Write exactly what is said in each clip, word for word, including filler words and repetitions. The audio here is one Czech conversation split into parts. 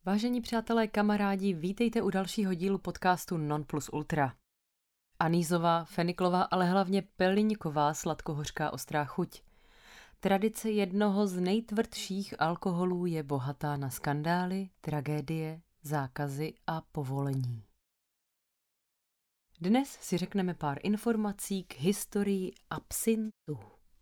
Vážení přátelé, kamarádi, vítejte u dalšího dílu podcastu Non plus ultra. Anízová, feniklová, ale hlavně peliňková sladkohořká ostrá chuť. Tradice jednoho z nejtvrdších alkoholů je bohatá na skandály, tragédie, zákazy a povolení. Dnes si řekneme pár informací k historii absintu.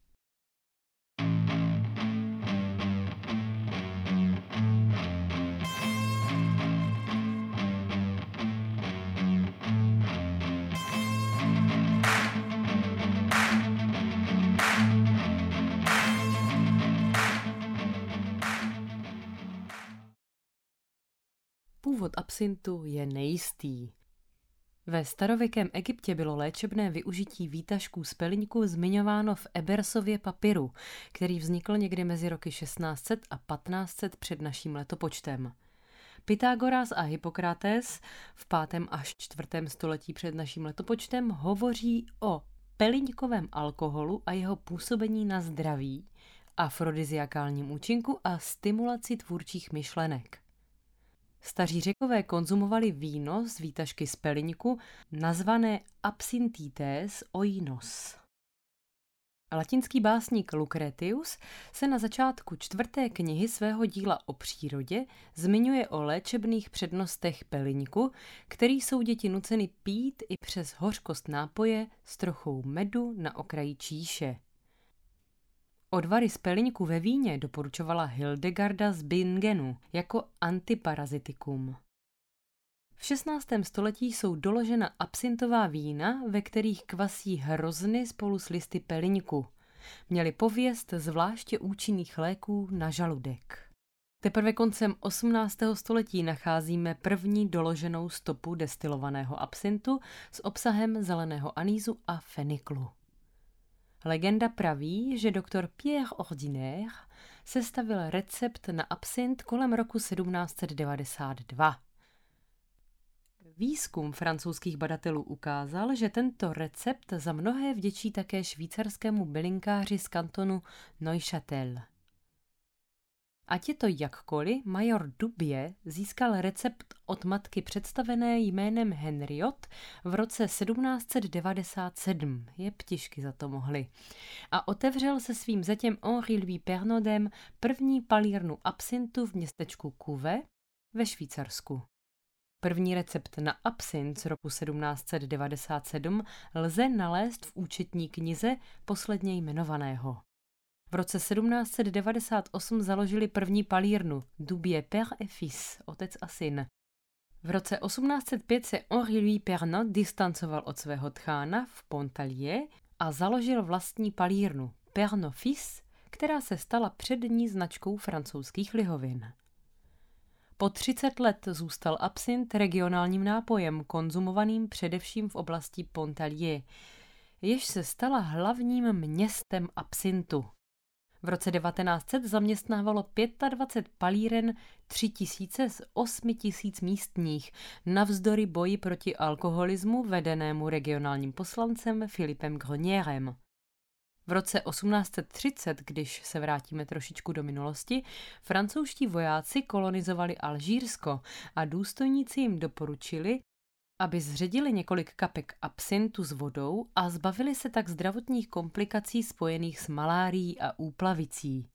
Původ absintu je nejistý. Ve starověkém Egyptě bylo léčebné využití výtažků z peliňku zmiňováno v Ebersově papiru, který vznikl někdy mezi roky šestnáct set a patnáct set před naším letopočtem. Pythagoras a Hippokrates v pátém až čtvrtém století před naším letopočtem hovoří o peliňkovém alkoholu a jeho působení na zdraví, afrodiziakálním účinku a stimulaci tvůrčích myšlenek. Staří Řekové konzumovali víno z výtažky z peliňku, nazvané absinthites oinos. Latinský básník Lucretius se na začátku čtvrté knihy svého díla o přírodě zmiňuje o léčebných přednostech peliňku, který jsou děti nuceny pít i přes hořkost nápoje s trochou medu na okraji číše. Odvary z peliňku ve víně doporučovala Hildegarda z Bingenu jako antiparazitikum. V šestnáctém století jsou doložena absintová vína, ve kterých kvasí hrozny spolu s listy peliňku. Měly pověst zvláště účinných léků na žaludek. Teprve koncem osmnáctého století nacházíme první doloženou stopu destilovaného absintu s obsahem zeleného anýzu a feniklu. Legenda praví, že doktor Pierre Ordinaire sestavil recept na absint kolem roku sedmnáct set devadesát dva. Výzkum francouzských badatelů ukázal, že tento recept za mnohé vděčí také švýcarskému bylinkáři z kantonu Neuchâtel. Ať je to jakkoliv, major Dubié získal recept od matky představené jménem Henriot v roce sedmnáct set devadesát sedm, je ptišky za to mohly, a otevřel se svým zetěm Henri-Louis Pernodem první palírnu absintu v městečku Couvet ve Švýcarsku. První recept na absint z roku sedmnáct set devadesát sedm lze nalézt v účetní knize posledně jmenovaného. V roce sedmnáct set devadesát osm založili první palírnu Dubié père et fils, otec a syn. V roce osmnáct set pět se Henri-Louis Pernod distancoval od svého tchána v Pontarlier a založil vlastní palírnu Pernod fils, která se stala přední značkou francouzských lihovin. Po třicet let zůstal absint regionálním nápojem, konzumovaným především v oblasti Pontarlier, jež se stala hlavním městem absintu. V roce devatenáct set zaměstnávalo dvacet pět palíren tři tisíce z osmi tisíc místních, navzdory boji proti alkoholismu vedenému regionálním poslancem Philippem Grenierem. V roce osmnáct set třicet, když se vrátíme trošičku do minulosti, francouzští vojáci kolonizovali Alžírsko a důstojníci jim doporučili, aby zředili několik kapek absintu s vodou a zbavili se tak zdravotních komplikací spojených s malárií a úplavicí.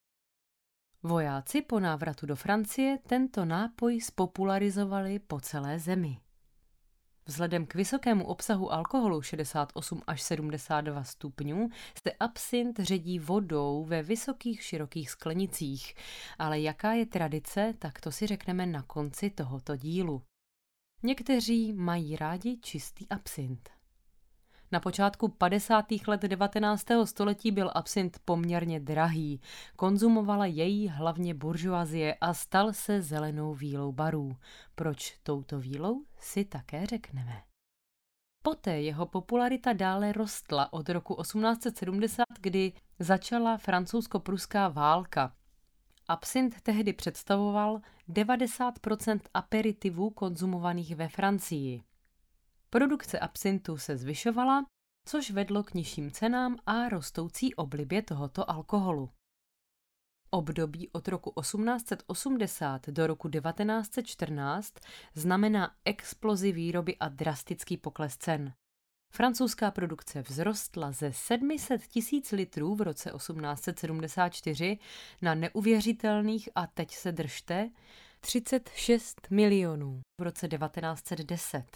Vojáci po návratu do Francie tento nápoj spopularizovali po celé zemi. Vzhledem k vysokému obsahu alkoholu šedesát osm až sedmdesát dva stupňů se absint ředí vodou ve vysokých širokých sklenicích, ale jaká je tradice, tak to si řekneme na konci tohoto dílu. Někteří mají rádi čistý absint. Na počátku padesátých let devatenáctého století byl absint poměrně drahý, konzumovala jej hlavně buržoazie a stal se zelenou vílou barů. Proč touto vílou, si také řekneme. Poté jeho popularita dále rostla od roku osmnáct set sedmdesát, kdy začala francouzsko-pruská válka. Absint tehdy představoval devadesát procent aperitivů konzumovaných ve Francii. Produkce absintu se zvyšovala, což vedlo k nižším cenám a rostoucí oblibě tohoto alkoholu. Období od roku osmnáct set osmdesát do roku devatenáct set čtrnáct znamená explozi výroby a drastický pokles cen. Francouzská produkce vzrostla ze sedm set tisíc litrů v roce osmnáct set sedmdesát čtyři na neuvěřitelných, a teď se držte, třicet šest milionů v roce devatenáct set deset.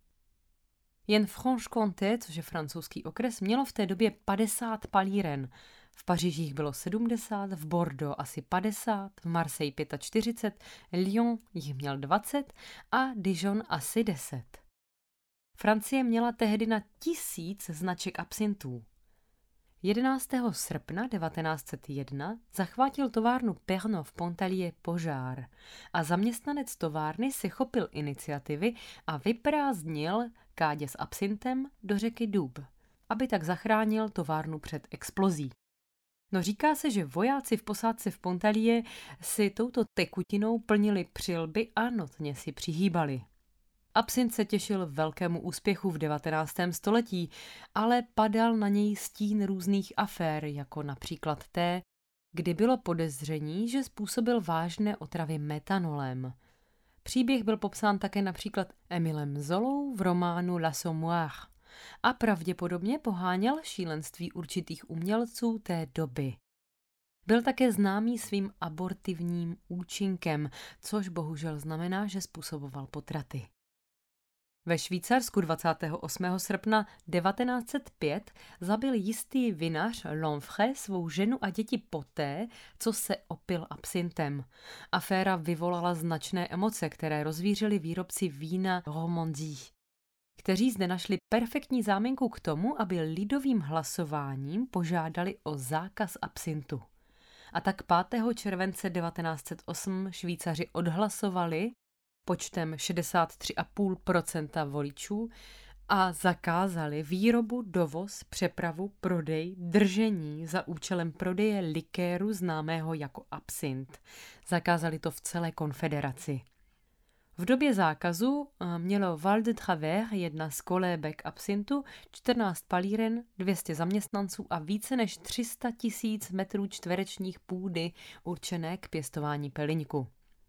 Jen Franche-Comté, což je francouzský okres, mělo v té době padesát palíren. V Paříži jich bylo sedmdesát, v Bordeaux asi padesát, v Marseille čtyřicet pět, Lyon jich měl dvacet a Dijon asi deset. Francie měla tehdy na tisíc značek absintů. jedenáctého srpna devatenáct set jedna zachvátil továrnu Pernod v Pontarlier požár a zaměstnanec továrny si chopil iniciativy a vyprázdnil kádě s absintem do řeky Doubs, aby tak zachránil továrnu před explozí. No říká se, že vojáci v posádce v Pontarlier si touto tekutinou plnili přilby a notně si přihýbali. Absint se těšil velkému úspěchu v devatenáctém století, ale padal na něj stín různých afér, jako například té, kdy bylo podezření, že způsobil vážné otravy metanolem. Příběh byl popsán také například Emilem Zolou v románu L'Assommoir a pravděpodobně poháněl šílenství určitých umělců té doby. Byl také známý svým abortivním účinkem, což bohužel znamená, že způsoboval potraty. Ve Švýcarsku dvacátého osmého srpna devatenáct set pět zabil jistý vinař Lanfray svou ženu a děti poté, co se opil absintem. Aféra vyvolala značné emoce, které rozvířily výrobci vína Romandie, kteří zde našli perfektní záminku k tomu, aby lidovým hlasováním požádali o zákaz absintu. A tak pátého července devatenáct set osm Švýcaři odhlasovali počtem šedesát tři celá pět procenta voličů a zakázali výrobu, dovoz, přepravu, prodej, držení za účelem prodeje likéru známého jako absint. Zakázali to v celé konfederaci. V době zákazu mělo Val de Travers, jedna z kolébek absintu, čtrnáct palíren, dvě stě zaměstnanců a více než tři sta tisíc metrů čtverečních půdy určené k pěstování peliňku.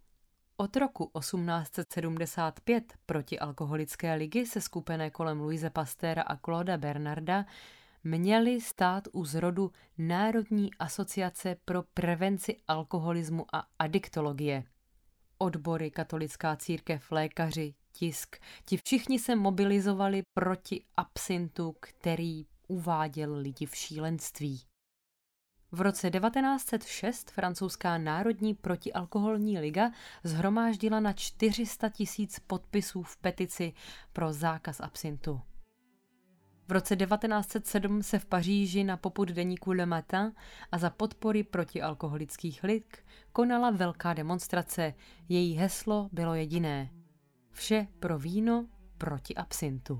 Od roku osmnáct set sedmdesát pět protialkoholické ligy seskupené kolem Louise Pasteura a Clauda Bernarda měly stát u zrodu Národní asociace pro prevenci alkoholismu a adiktologie. Odbory, katolická církev, lékaři, tisk, ti všichni se mobilizovali proti absintu, který uváděl lidi v šílenství. V roce devatenáct set šest francouzská Národní protialkoholní liga shromáždila na čtyři sta tisíc podpisů v petici pro zákaz absintu. V roce devatenáct set sedm se v Paříži na popud deníku Le Matin a za podpory protialkoholických lig konala velká demonstrace. Její heslo bylo jediné: vše pro víno, proti absintu.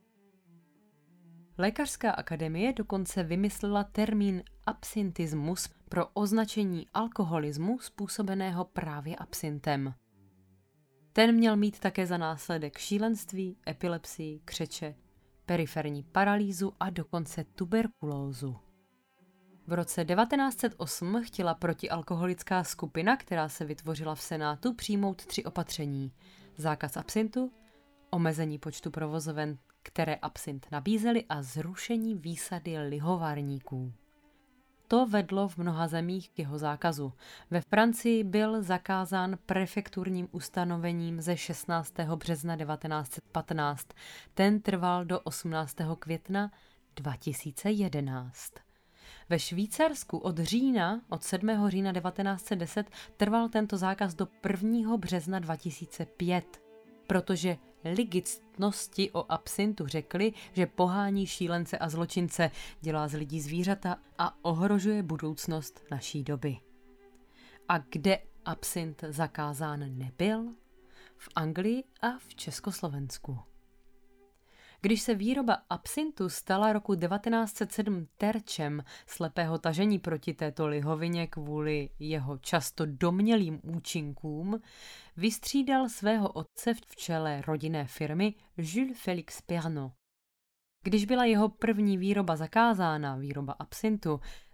Lékařská akademie dokonce vymyslela termín absintismus pro označení alkoholismu způsobeného právě absintem. Ten měl mít také za následek šílenství, epilepsii, křeče, periferní paralýzu a dokonce tuberkulózu. V roce devatenáct set osm chtěla protialkoholická skupina, která se vytvořila v Senátu, přijmout tři opatření: zákaz absintu, omezení počtu provozoven, které absint nabízely, a zrušení výsady lihovarníků. To vedlo v mnoha zemích k jeho zákazu. Ve Francii byl zakázán prefekturním ustanovením ze šestnáctého března devatenáct set patnáct. Ten trval do osmnáctého května dva tisíce jedenáct. Ve Švýcarsku od října, od sedmého října devatenáct set deset, trval tento zákaz do prvního března dva tisíce pět, protože ligistnosti o absintu řekli, že pohání šílence a zločince, dělá z lidí zvířata a ohrožuje budoucnost naší doby. A kde absint zakázán nebyl? V Anglii a v Československu. Když se výroba absintu stala roku devatenáct set sedm terčem slepého tažení proti této lihovině kvůli jeho často domnělým účinkům, vystřídal svého otce v čele rodinné firmy Jules Félix Pernod. Když byla jeho první výroba zakázána, výroba absintu,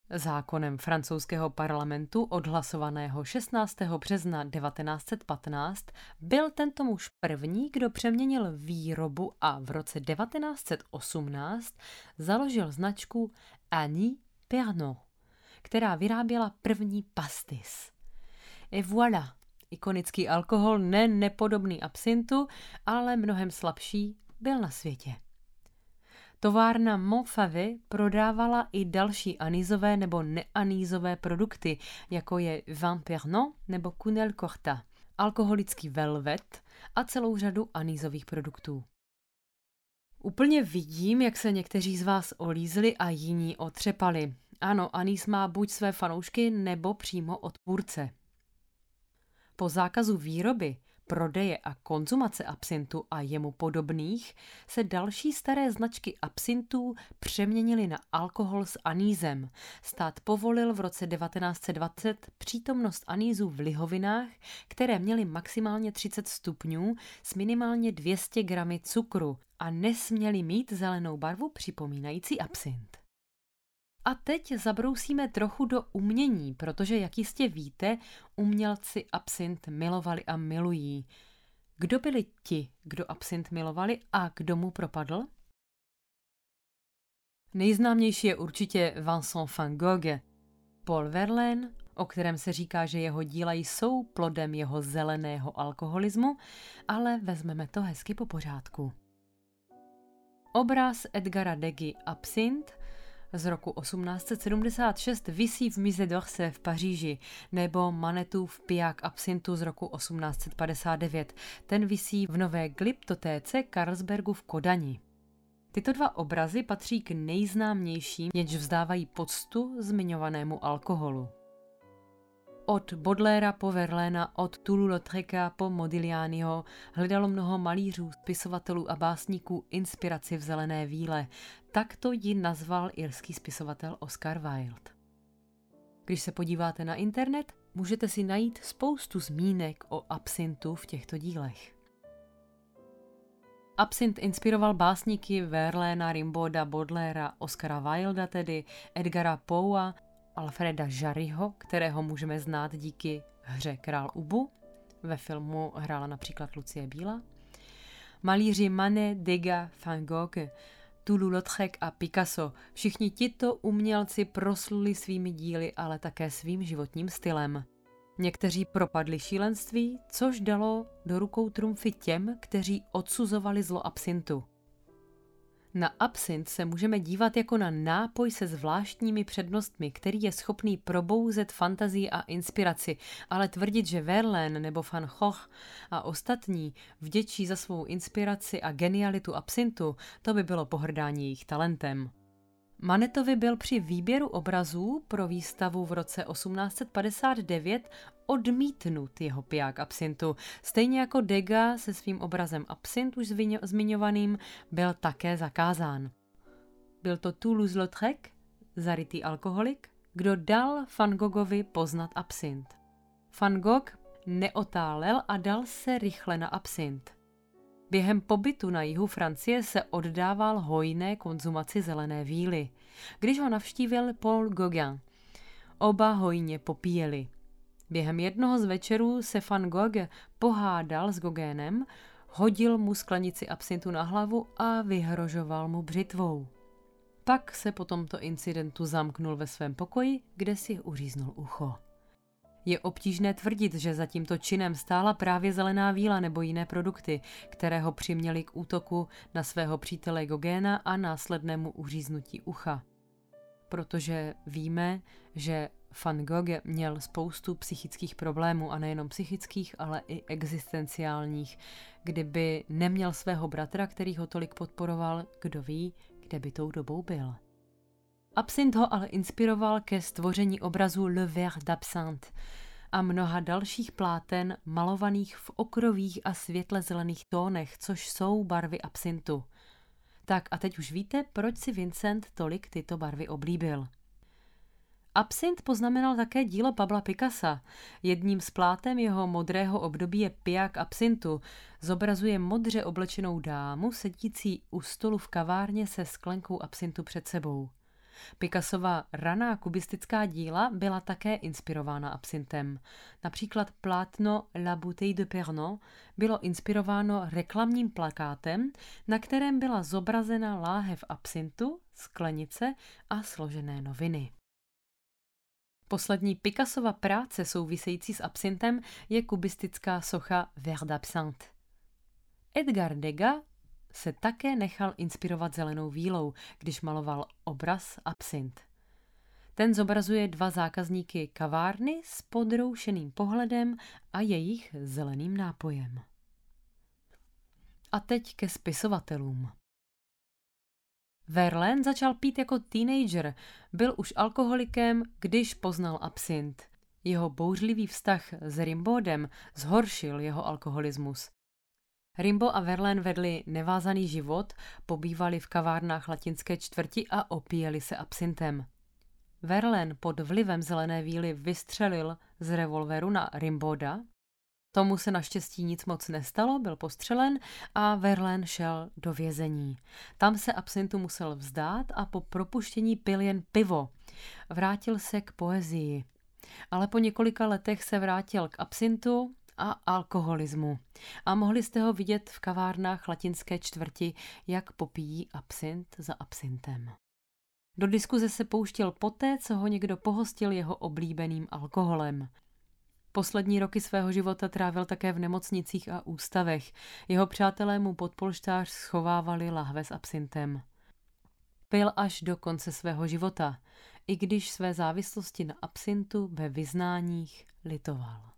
Zákonem francouzského parlamentu odhlasovaného šestnáctého března devatenáct set patnáct byl tento muž první, kdo přeměnil výrobu a v roce devatenáct set osmnáct založil značku Annie Pernod, která vyráběla první pastis. Et voilà, ikonický alkohol, ne nepodobný absintu, ale mnohem slabší, byl na světě. Továrna Montfavet prodávala i další anízové nebo neanízové produkty, jako je Vin Pernod nebo Cunel Corta, alkoholický velvet a celou řadu anízových produktů. Úplně vidím, jak se někteří z vás olízli a jiní otřepali. Ano, anýz má buď své fanoušky, nebo přímo odpůrce. Po zákazu výroby, prodeje a konzumace absintu a jemu podobných se další staré značky absintů přeměnily na alkohol s anýzem. Stát povolil v roce devatenáct set dvacet přítomnost anýzu v lihovinách, které měly maximálně třicet stupňů s minimálně dvě stě gramy cukru a nesměly mít zelenou barvu připomínající absint. A teď zabrousíme trochu do umění, protože, jak jistě víte, umělci absint milovali a milují. Kdo byli ti, kdo absint milovali a kdo mu propadl? Nejznámější je určitě Vincent van Gogh. Paul Verlaine, o kterém se říká, že jeho díla jsou plodem jeho zeleného alkoholismu, ale vezmeme to hezky po pořádku. Obraz Edgara Degy Absint z roku osmnáct set sedmdesát šest visí v Musée d'Orsay v Paříži, nebo Manetův piják absintu z roku osmnáct set padesát devět. Ten visí v nové glyptotéce Carlsbergu v Kodani. Tyto dva obrazy patří k nejznámějším, jenž vzdávají poctu zmiňovanému alkoholu. Od Baudelaira po Verlaina, od Toulouse-Lautreka po Modiglianiho hledalo mnoho malířů, spisovatelů a básníků inspiraci v zelené víle. Takto ji nazval irský spisovatel Oscar Wilde. Když se podíváte na internet, můžete si najít spoustu zmínek o absintu v těchto dílech. Absint inspiroval básníky Verlaina, Rimbauda, Baudelaira, Oscara Wilda tedy, Edgara Poea, Alfreda Jarryho, kterého můžeme znát díky hře Král Ubu. Ve filmu hrála například Lucie Bílá. Malíři Manet, Degas, Van Gogh, Toulouse-Lautrec a Picasso. Všichni tito umělci prosluli svými díly, ale také svým životním stylem. Někteří propadli šílenství, což dalo do rukou trumfy těm, kteří odsuzovali zlo absintu. Na absint se můžeme dívat jako na nápoj se zvláštními přednostmi, který je schopný probouzet fantazii a inspiraci, ale tvrdit, že Verlaine nebo Van Gogh a ostatní vděčí za svou inspiraci a genialitu absintu, to by bylo pohrdání jejich talentem. Manetovi byl při výběru obrazů pro výstavu v roce osmnáct set padesát devět odmítnut jeho piják absintu. Stejně jako Degas se svým obrazem Absint už zmiňovaným byl také zakázán. Byl to Toulouse-Lautrec, zarytý alkoholik, kdo dal Van Goghovi poznat absint. Van Gogh neotálel a dal se rychle na absint. Během pobytu na jihu Francie se oddával hojné konzumaci zelené víly. Když ho navštívil Paul Gauguin, oba hojně popíjeli. Během jednoho z večerů se Van Gogh pohádal s Gauguinem, hodil mu sklenici absintu na hlavu a vyhrožoval mu břitvou. Pak se po tomto incidentu zamknul ve svém pokoji, kde si uříznul ucho. Je obtížné tvrdit, že za tímto činem stála právě zelená víla nebo jiné produkty, které ho přiměly k útoku na svého přítele Gauguina a následnému uříznutí ucha. Protože víme, že Van Gogh měl spoustu psychických problémů a nejenom psychických, ale i existenciálních. Kdyby neměl svého bratra, který ho tolik podporoval, kdo ví, kde by tou dobou byl. Absint ho ale inspiroval ke stvoření obrazu Le Verre d'Absinthe a mnoha dalších pláten malovaných v okrových a světle zelených tónech, což jsou barvy absintu. Tak a teď už víte, proč si Vincent tolik tyto barvy oblíbil. Absint poznamenal také dílo Pabla Picassa. Jedním z plátem jeho modrého období je piják absintu. Zobrazuje modře oblečenou dámu sedící u stolu v kavárně se sklenkou absintu před sebou. Picassova raná kubistická díla byla také inspirována absintem. Například plátno La bouteille de Pernod bylo inspirováno reklamním plakátem, na kterém byla zobrazena láhev absintu, sklenice a složené noviny. Poslední Picassova práce související s absintem je kubistická socha Verre d'absinthe. Edgar Degas se také nechal inspirovat zelenou vílou, když maloval obraz Absint. Ten zobrazuje dva zákazníky kavárny s podroušeným pohledem a jejich zeleným nápojem. A teď ke spisovatelům. Verlaine začal pít jako teenager, byl už alkoholikem, když poznal absint. Jeho bouřlivý vztah s Rimbaudem zhoršil jeho alkoholismus. Rimbaud a Verlaine vedli nevázaný život, pobývali v kavárnách latinské čtvrti a opíjeli se absintem. Verlaine pod vlivem zelené víly vystřelil z revolveru na Rimbauda. Tomu se naštěstí nic moc nestalo, byl postřelen a Verlaine šel do vězení. Tam se absintu musel vzdát a po propuštění pil jen pivo. Vrátil se k poezii. Ale po několika letech se vrátil k absintu a alkoholismu. A mohli jste ho vidět v kavárnách latinské čtvrti, jak popíjí absint za absintem. Do diskuze se pouštěl poté, co ho někdo pohostil jeho oblíbeným alkoholem. Poslední roky svého života trávil také v nemocnicích a ústavech. Jeho přátelé mu pod polštář schovávali lahve s absintem. Pil až do konce svého života, i když své závislosti na absintu ve vyznáních litoval.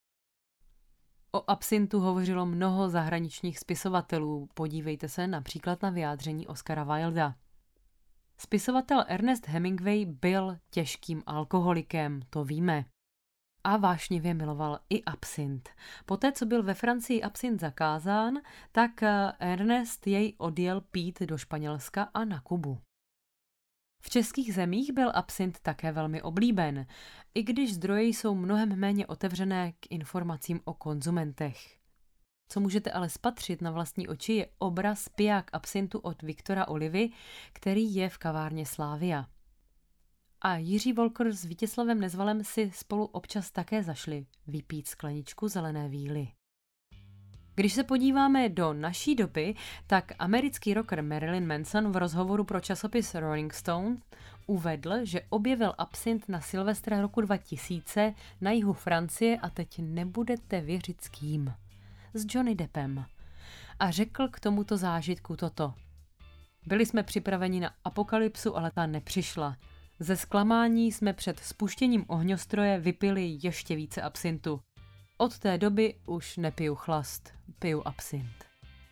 O absintu hovořilo mnoho zahraničních spisovatelů, podívejte se například na vyjádření Oscara Wilda. Spisovatel Ernest Hemingway byl těžkým alkoholikem, to víme. A vášnivě miloval i absint. Poté, co byl ve Francii absint zakázán, tak Ernest jej odjel pít do Španělska a na Kubu. V českých zemích byl absint také velmi oblíben, i když zdroje jsou mnohem méně otevřené k informacím o konzumentech. Co můžete ale spatřit na vlastní oči, je obraz piják absintu od Viktora Olivy, který je v kavárně Slavia. A Jiří Volker s Vítězslavem Nezvalem si spolu občas také zašli vypít skleničku zelené víly. Když se podíváme do naší doby, tak americký rocker Marilyn Manson v rozhovoru pro časopis Rolling Stone uvedl, že objevil absint na Silvestra roku dva tisíce na jihu Francie a teď nebudete věřit s kým. S Johnny Deppem. A řekl k tomuto zážitku toto. Byli jsme připraveni na apokalypsu, ale ta nepřišla. Ze zklamání jsme před spuštěním ohňostroje vypili ještě více absintu. Od té doby už nepiju chlast, piju absint.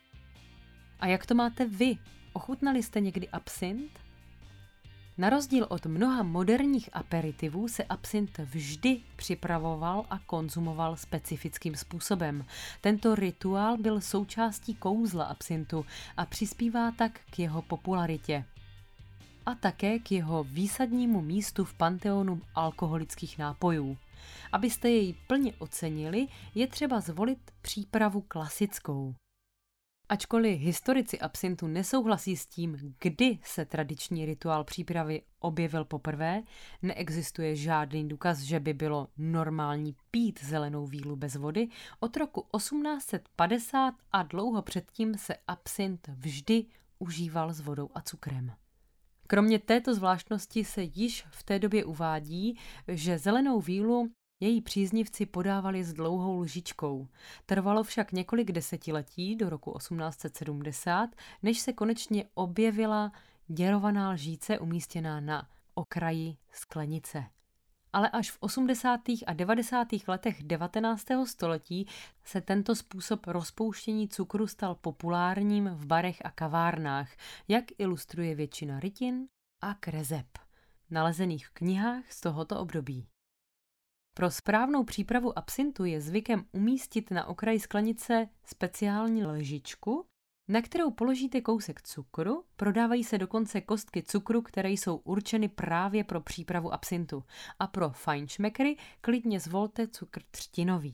A jak to máte vy? Ochutnali jste někdy absint? Na rozdíl od mnoha moderních aperitivů se absint vždy připravoval a konzumoval specifickým způsobem. Tento rituál byl součástí kouzla absintu a přispívá tak k jeho popularitě. A také k jeho výsadnímu místu v panteonu alkoholických nápojů. Abyste jej plně ocenili, je třeba zvolit přípravu klasickou. Ačkoliv historici absintu nesouhlasí s tím, kdy se tradiční rituál přípravy objevil poprvé, neexistuje žádný důkaz, že by bylo normální pít zelenou vílu bez vody. Od roku osmnáct set padesát a dlouho předtím se absint vždy užíval s vodou a cukrem. Kromě této zvláštnosti se již v té době uvádí, že zelenou vílu její příznivci podávali s dlouhou lžičkou. Trvalo však několik desetiletí do roku osmnáct set sedmdesát, než se konečně objevila děrovaná lžíce umístěná na okraji sklenice. Ale až v osmdesátých a devadesátých letech devatenáctého století se tento způsob rozpouštění cukru stal populárním v barech a kavárnách, jak ilustruje většina rytin a kreseb, nalezených v knihách z tohoto období. Pro správnou přípravu absintu je zvykem umístit na okraji sklenice speciální lžičku, na kterou položíte kousek cukru. Prodávají se dokonce kostky cukru, které jsou určeny právě pro přípravu absintu. A pro fajnšmekry klidně zvolte cukr třtinový.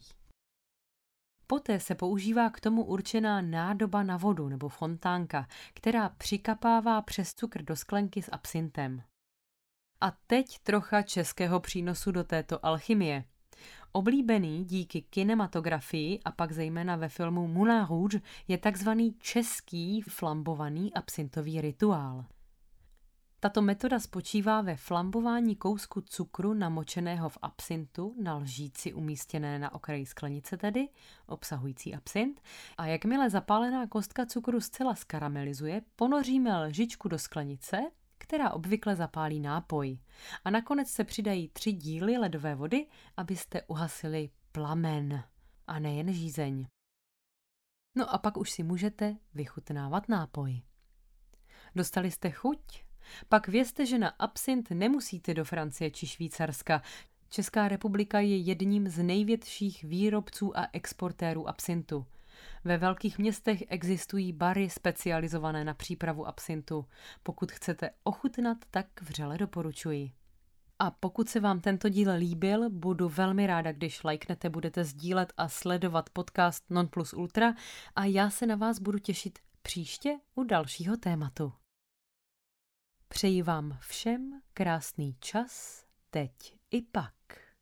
Poté se používá k tomu určená nádoba na vodu nebo fontánka, která přikapává přes cukr do sklenky s absintem. A teď trocha českého přínosu do této alchymie. Oblíbený díky kinematografii a pak zejména ve filmu Moulin Rouge je takzvaný český flambovaný absintový rituál. Tato metoda spočívá ve flambování kousku cukru namočeného v absintu na lžíci umístěné na okraji sklenice tedy, obsahující absint, a jakmile zapálená kostka cukru zcela skaramelizuje, ponoříme lžičku do sklenice, která obvykle zapálí nápoj. A nakonec se přidají tři díly ledové vody, abyste uhasili plamen a nejen žízeň. No a pak už si můžete vychutnávat nápoj. Dostali jste chuť? Pak vězte, že na absint nemusíte do Francie či Švýcarska. Česká republika je jedním z největších výrobců a exportérů absintu. Ve velkých městech existují bary specializované na přípravu absintu. Pokud chcete ochutnat, tak vřele doporučuji. A pokud se vám tento díl líbil, budu velmi ráda, když lajknete, budete sdílet a sledovat podcast Non Plus Ultra a já se na vás budu těšit příště u dalšího tématu. Přeji vám všem krásný čas, teď i pak.